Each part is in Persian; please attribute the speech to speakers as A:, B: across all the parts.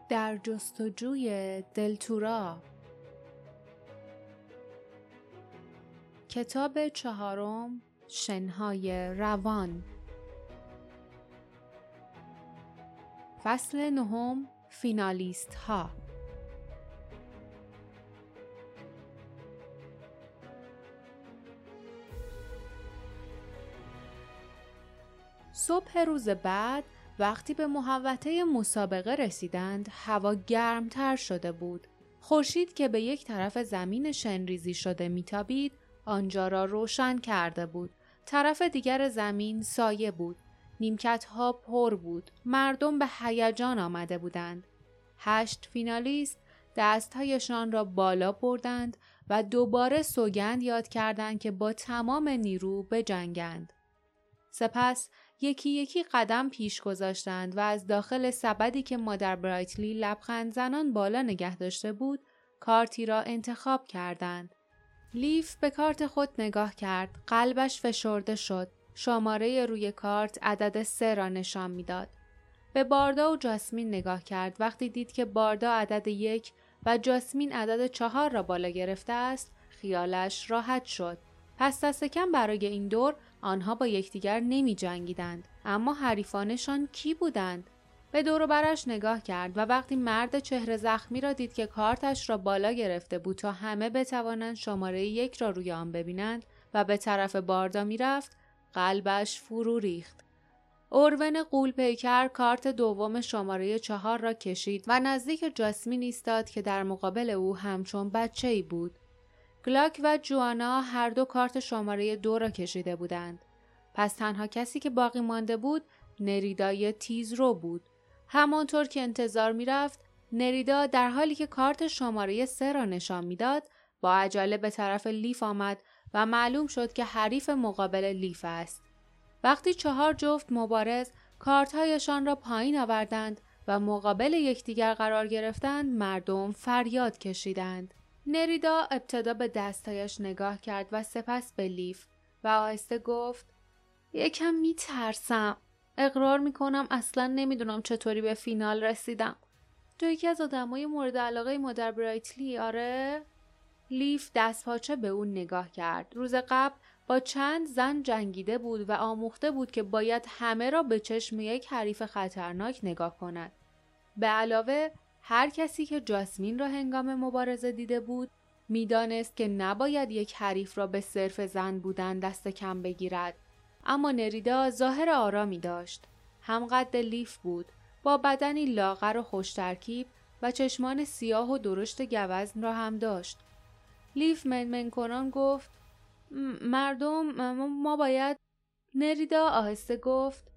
A: در جستجوی دلتورا. کتاب 4 شنهای روان. فصل 9 فینالیست ها. صبح روز بعد وقتی به محوطه مسابقه رسیدند، هوا گرمتر شده بود. خورشید که به یک طرف زمین شنریزی شده میتابید، آنجا را روشن کرده بود. طرف دیگر زمین سایه بود. نیمکت‌ها پر بود. مردم به هیجان آمده بودند. 8 فینالیست دستهایشان را بالا بردند و دوباره سوگند یاد کردند که با تمام نیرو بجنگند. سپس یکی یکی قدم پیش گذاشتند و از داخل سبدی که مادر برایتلی لبخند زنان بالا نگه داشته بود، کارتی را انتخاب کردند. لیف به کارت خود نگاه کرد. قلبش فشرده شد. شماره روی کارت عدد 3 را نشان میداد. به باردا و جاسمین نگاه کرد. وقتی دید که باردا عدد 1 و جاسمین عدد 4 را بالا گرفته است، خیالش راحت شد. پس دست کم برای این دور آنها با یکدیگر نمی جنگیدند. اما حریفانشان کی بودند؟ به دور و برش نگاه کرد و وقتی مرد چهره زخمی را دید که کارتش را بالا گرفته بود تا همه بتوانند شماره 1 را روی آن ببینند و به طرف باردا می رفت، قلبش فرو ریخت. اورون غول‌پیکر کارت دوم شماره 4 را کشید و نزدیک جاسمین ایستاد که در مقابل او همچون بچه‌ای بود. گلاک و جوانا هر دو کارت شماره 2 را کشیده بودند. پس تنها کسی که باقی مانده بود نریدای تیزرو بود. همانطور که انتظار می رفت، نریدا در حالی که کارت شماره 3 را نشان می داد با عجله به طرف لیف آمد و معلوم شد که حریف مقابل لیف است. وقتی 4 جفت مبارز کارتهایشان را پایین آوردند و مقابل یکدیگر قرار گرفتند، مردم فریاد کشیدند. نریدا ابتدا به دستایش نگاه کرد و سپس به لیف و آهسته گفت: یکم میترسم. اقرار میکنم اصلا نمیدونم چطوری به فینال رسیدم. تو یکی از آدمای مورد علاقه مادر برایتلی، آره؟ لیف دستپاچه به اون نگاه کرد. روز قبل با چند زن جنگیده بود و آموخته بود که باید همه را به چشم یک حریف خطرناک نگاه کند. به علاوه هر کسی که جاسمین را هنگام مبارزه دیده بود میدانست که نباید یک حریف را به صرف زن بودن دست کم بگیرد. اما نریدا ظاهر آرامی داشت. هم قد لیف بود، با بدنی لاغر و خوش ترکیب و چشمان سیاه و درشت گوزن را هم داشت. لیف منمن کنان گفت: مردم ما باید. نریدا آهسته گفت: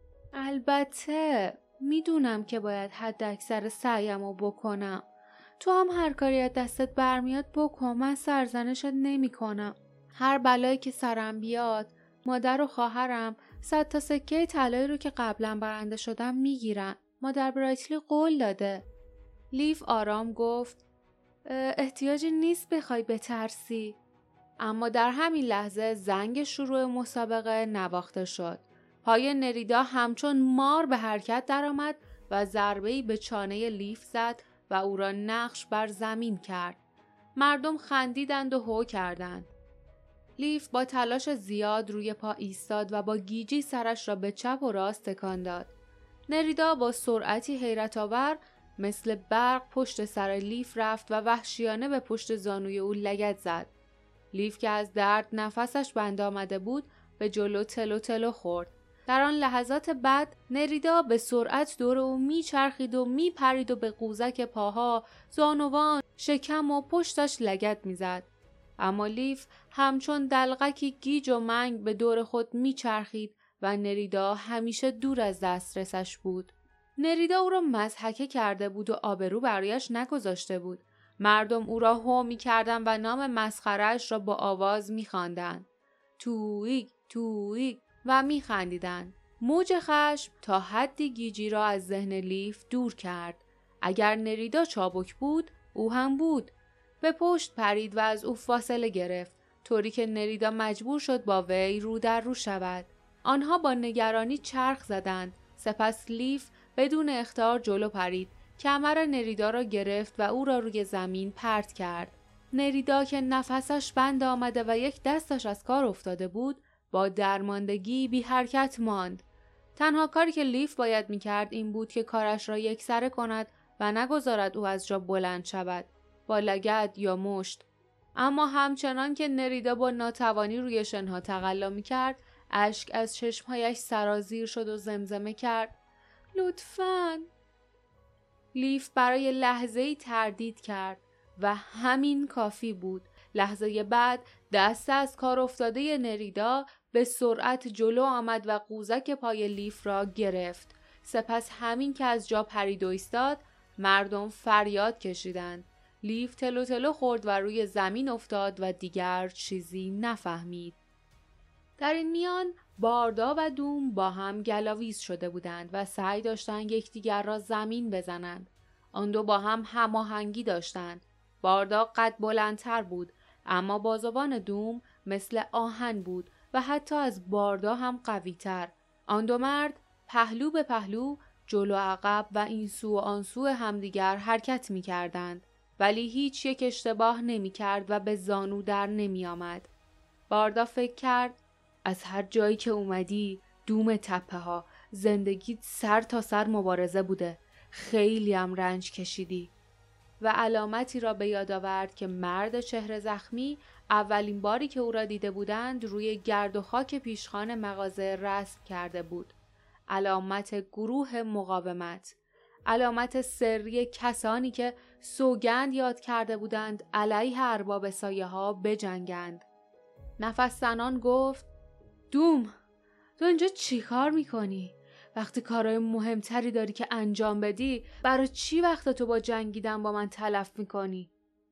A: البته میدونم که باید حد اکثر سعیمو بکنم. تو هم هر کاری از دستت برمیاد بکن، من سرزنشت نمی کنم. هر بلایی که سرم بیاد مادر و خواهرم 100 تا سکه طلایی رو که قبلا برنده شدم میگیرن. مادر برایتلی قول داده. لیف آرام گفت: احتیاجی نیست بخوای بترسی. اما در همین لحظه زنگ شروع مسابقه نواخته شد. پای نریدا همچون مار به حرکت درآمد و ضربه‌ای به چانه لیف زد و او را نقش بر زمین کرد. مردم خندیدند و هو کردند. لیف با تلاش زیاد روی پا ایستاد و با گیجی سرش را به چپ و راست تکان داد. نریدا با سرعتی حیرت آور مثل برق پشت سر لیف رفت و وحشیانه به پشت زانوی او لگد زد. لیف که از درد نفسش بند آمده بود به جلو تلو تلو خورد. در آن لحظات بعد نریدا به سرعت دور او میچرخید و میپرید و به قوزک پاها، زانوان، شکم و پشتش لگد میزد. اما لیف همچون دلغکی گیج و منگ به دور خود میچرخید و نریدا همیشه دور از دسترسش بود. نریدا او را مضحکه کرده بود و آبرو برایش نگذاشته بود. مردم او را هو می‌کردند و نام مسخره‌اش را با آواز می‌خواندند. تویک تویک و می‌خندیدند. موج خشم تا حدی گیجی را از ذهن لیف دور کرد. اگر نریدا چابک بود، او هم بود. به پشت پرید و از او فاصله گرفت، طوری که نریدا مجبور شد با وی رو در رو شود. آنها با نگرانی چرخ زدند. سپس لیف بدون اخطار جلو پرید. کمر نریدا را گرفت و او را روی زمین پرت کرد. نریدا که نفسش بند آمده و یک دستش از کار افتاده بود، با درماندگی بی حرکت ماند. تنها کاری که لیف باید میکرد این بود که کارش را یکسره کند و نگذارد او از جا بلند شود، با لگد یا مشت. اما همچنان که نریدا با ناتوانی روی شنها تقلا میکرد، اشک از چشمهایش سرازیر شد و زمزمه کرد: لطفاً. لیف برای لحظه‌ای تردید کرد و همین کافی بود. لحظه بعد دست از کار افتاده نریدا به سرعت جلو آمد و قوزک پای لیف را گرفت. سپس همین که از جا پرید و ایستاد، مردم فریاد کشیدند. لیف تلو تلو خورد و روی زمین افتاد و دیگر چیزی نفهمید. در این میان باردا و دوم با هم گلاویز شده بودند و سعی داشتند یکدیگر را زمین بزنند. آن دو با هم هماهنگی داشتند. باردا قد بلندتر بود، اما بازوان دوم مثل آهن بود و حتی از باردا هم قوی‌تر. آن دو مرد پهلو به پهلو، جلو عقب و این سو و آن سو همدیگر حرکت می‌کردند، ولی هیچ یک اشتباه نمی‌کرد و به زانو در نمی‌آمد. باردا فکر کرد: از هر جایی که اومدی، دوم تپه ها، زندگیت سر تا سر مبارزه بوده. خیلی هم رنج کشیدی. و علامتی را به یاد آورد که مرد چهره زخمی اولین باری که او را دیده بودند روی گرد و خاک پیشخوان مغازه رسم کرده بود. علامت گروه مقاومت. علامت سری کسانی که سوگند یاد کرده بودند علیه ارباب سایه ها بجنگند. نفس زنان گفت: دوم، تو اینجا چی کار میکنی؟ وقتی کارهای مهمتری داری که انجام بدی، برای چی وقت تو با جنگیدن با من تلف میکنی؟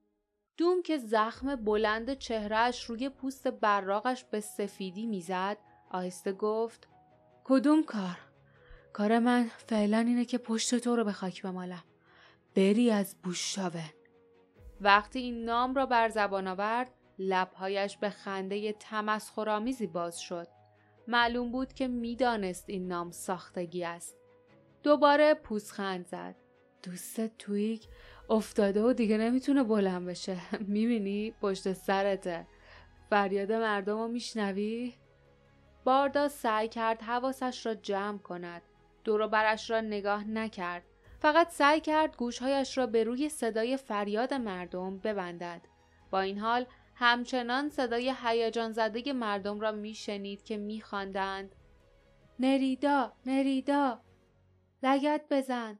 A: دوم که زخم بلند چهرهش روی پوست براقش به سفیدی میزد، آهسته گفت: کدوم کار؟ کار من فعلا اینه که پشت تو رو به خاک بمالم. بری از بوشاون. وقتی این نام را بر زبان آورد، لبهایش به خنده تمسخرآمیزی باز شد. معلوم بود که میدانست این نام ساختگی است. دوباره پوزخند زد. دوست تویک افتاده و دیگه نمیتونه بلند بشه. میبینی؟ پشت سرته. فریاد مردم رو میشنوی؟ باردا سعی کرد حواسش را جمع کند. دور و برش را نگاه نکرد. فقط سعی کرد گوشهایش را به روی صدای فریاد مردم ببندد. با این حال همچنان صدای هیجان زده مردم را میشنید که میخواندند: نریدا، نریدا، لگد بزن،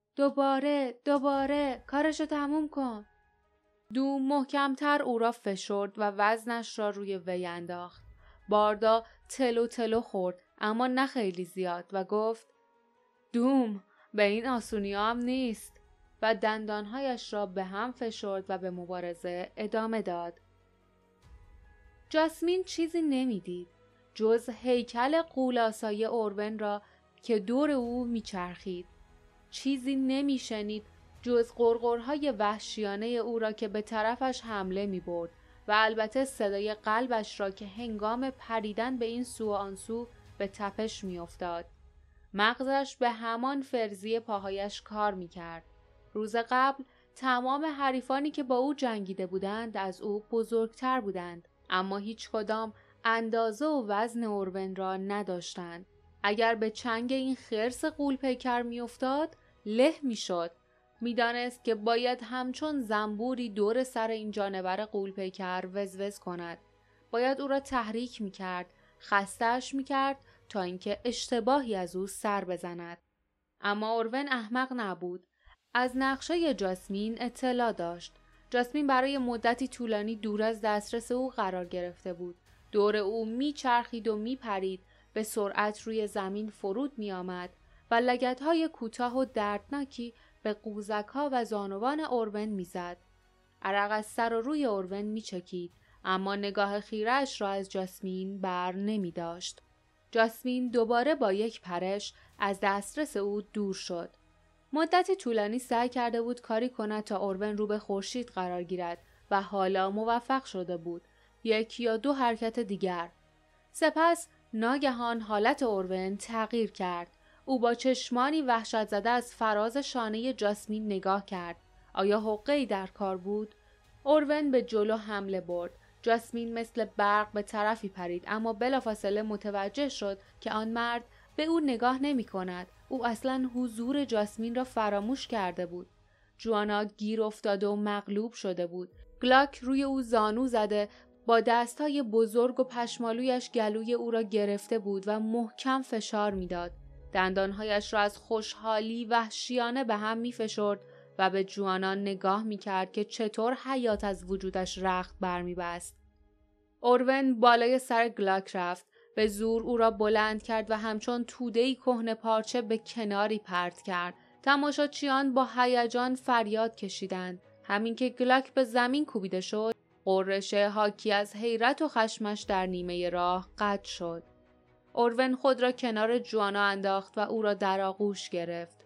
A: دوباره، کارشو تموم کن. دوم محکمتر او را فشرد و وزنش را روی وی انداخت. باردا تلو تلو خورد، اما نه خیلی زیاد، و گفت: دوم، به این آسونی هم نیست. و دندانهایش را به هم فشرد و به مبارزه ادامه داد. جاسمین چیزی نمیدید جز هیکل غول‌آسای اورون را که دور او میچرخید. چیزی نمیشنید جز غرغرهای وحشیانه او را که به طرفش حمله میبرد و البته صدای قلبش را که هنگام پریدن به این سو و آن سو به تپش میافتاد. مغزش به همان فرضی پاهایش کار میکرد. روز قبل تمام حریفانی که با او جنگیده بودند از او بزرگتر بودند، اما هیچ کدام اندازه و وزن اورون را نداشتند. اگر به چنگ این خرس غول‌پیکر میافتاد، له میشد. میدانست که باید همچون زنبوری دور سر این جانور غول‌پیکر وزوز کند. باید او را تحریک میکرد، خسته‌اش میکرد تا اینکه اشتباهی از او سر بزند. اما اورون احمق نبود. از نقشه جاسمین اطلاع داشت. جاسمین برای مدتی طولانی دور از دسترس او قرار گرفته بود. دور او میچرخید و میپرید، به سرعت روی زمین فرود میآمد و لگدهای کوتاه و دردناکی به قوزک‌ها و زانوان اورون میزد. عرق از سر و روی اورون میچکید، اما نگاه خیره‌اش را از جاسمین بر نمی‌داشت. جاسمین دوباره با یک پرش از دسترس او دور شد. مدتی طولانی سعی کرده بود کاری کند تا اورون رو به خورشید قرار گیرد و حالا موفق شده بود. یک یا دو حرکت دیگر. سپس ناگهان حالت اورون تغییر کرد. او با چشمانی وحشت زده از فراز شانه جاسمین نگاه کرد. آیا حقه‌ای در کار بود؟ اورون به جلو حمله برد. جاسمین مثل برق به طرفی پرید، اما بلافاصله متوجه شد که آن مرد به او نگاه نمی کند. او اصلاً حضور جاسمین را فراموش کرده بود. جوانا گیر افتاده و مغلوب شده بود. گلاک روی او زانو زده با دستهای بزرگ و پشمالویش گلوی او را گرفته بود و محکم فشار میداد. دندانهایش را از خوشحالی وحشیانه به هم می‌فشرد و به جوانا نگاه می‌کرد که چطور حیات از وجودش رخت برمی‌بست. اورون بالای سر گلاک رفت، به زور او را بلند کرد و همچون توده‌ای کهنه پارچه به کناری پرت کرد. تماشاچیان با هیجان فریاد کشیدند. همین که گلاک به زمین کوبیده شد، غرش حاکی از حیرت و خشمش در نیمه راه قطع شد. اورون خود را کنار جوانا انداخت و او را در آغوش گرفت.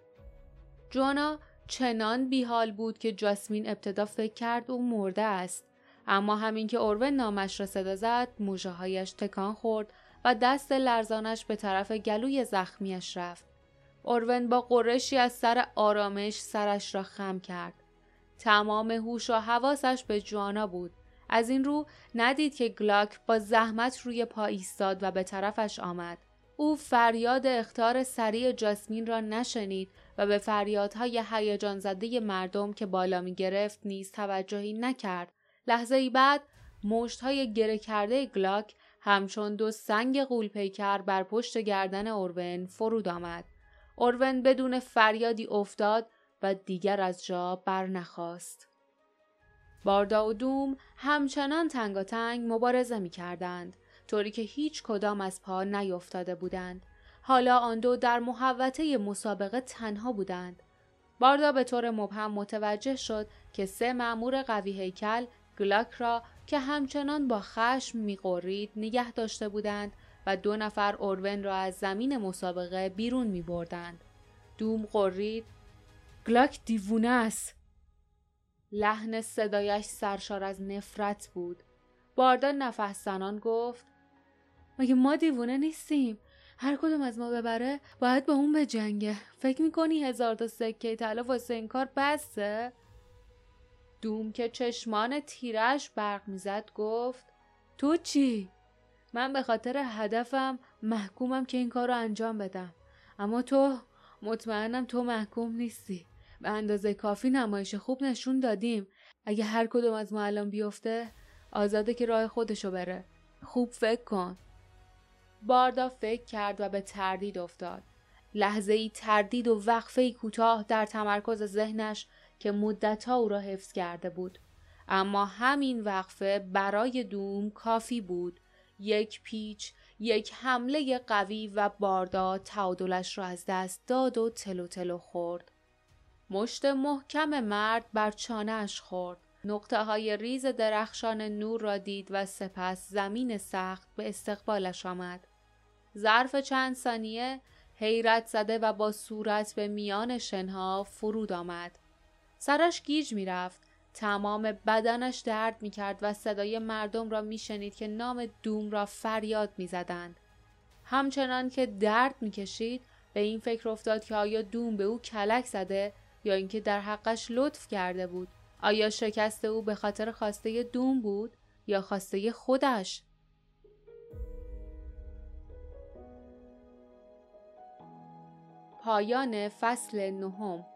A: جوانا چنان بیحال بود که جاسمین ابتدا فکر کرد او مرده است. اما همین که اورون نامش را صدا زد، مژه‌هایش تکان خورد و دست لرزانش به طرف گلوی زخمیش رفت. اورون با غرشی از سر آرامش سرش را خم کرد. تمام هوش و حواسش به جوانا بود. از این رو ندید که گلاک با زحمت روی پا ایستاد و به طرفش آمد. او فریاد اخطار سریع جاسمین را نشنید و به فریادهای هیجان زده مردم که بالا می گرفت نیز توجهی نکرد. لحظه ای بعد مشت‌های گره کرده گلاک همچون دو سنگ غول‌پیکر بر پشت گردن اورون فرود آمد. اورون بدون فریادی افتاد و دیگر از جا برنخاست. باردا و دوم همچنان تنگاتنگ مبارزه می کردند، طوری که هیچ کدام از پا نیفتاده بودند. حالا آن دو در محوطه مسابقه تنها بودند. باردا به طور مبهم متوجه شد که 3 مأمور قوی هیکل گلاک را که همچنان با خشم می‌غرید نگه داشته بودند و 2 نفر اورون را از زمین مسابقه بیرون می‌بردند. دوم غرید: گلاک دیوونه است. لحن صدایش سرشار از نفرت بود. باردا نفس زنان گفت: مگه ما دیوونه نیستیم؟ هر کدوم از ما ببره باید با اون بجنگه. فکر میکنی 1000 تا سکه طلا واسه این کار بسه؟ دوم که چشمان تیرش برق میزد گفت: تو چی؟ من به خاطر هدفم محکومم که این کار رو انجام بدم. اما تو، مطمئنم تو محکوم نیستی. به اندازه کافی نمایش خوب نشون دادیم. اگه هر کدوم از ما الان بیفته، آزاده که راه خودشو بره. خوب فکر کن. باردا فکر کرد و به تردید افتاد. لحظه‌ای تردید و وقفه‌ای کوتاه در تمرکز ذهنش که مدت‌ها او را حفظ کرده بود. اما همین وقفه برای دوم کافی بود. یک پیچ، یک حمله قوی و باردا تعادلش را از دست داد و تلو تلو خورد. مشت محکم مرد بر چانه‌اش خورد. نقطه‌های ریز درخشان نور را دید و سپس زمین سخت به استقبالش آمد. ظرف چند ثانیه حیرت زده و با صورت به میان شنها فرود آمد. سرش گیج می رفت. تمام بدنش درد می کرد و صدای مردم را می شنید که نام دوم را فریاد می زدند. همچنان که درد می کشید به این فکر افتاد که آیا دوم به او کلک زده یا اینکه در حقش لطف کرده بود. آیا شکست او به خاطر خواسته دوم بود یا خواسته خودش؟ پایان فصل 9.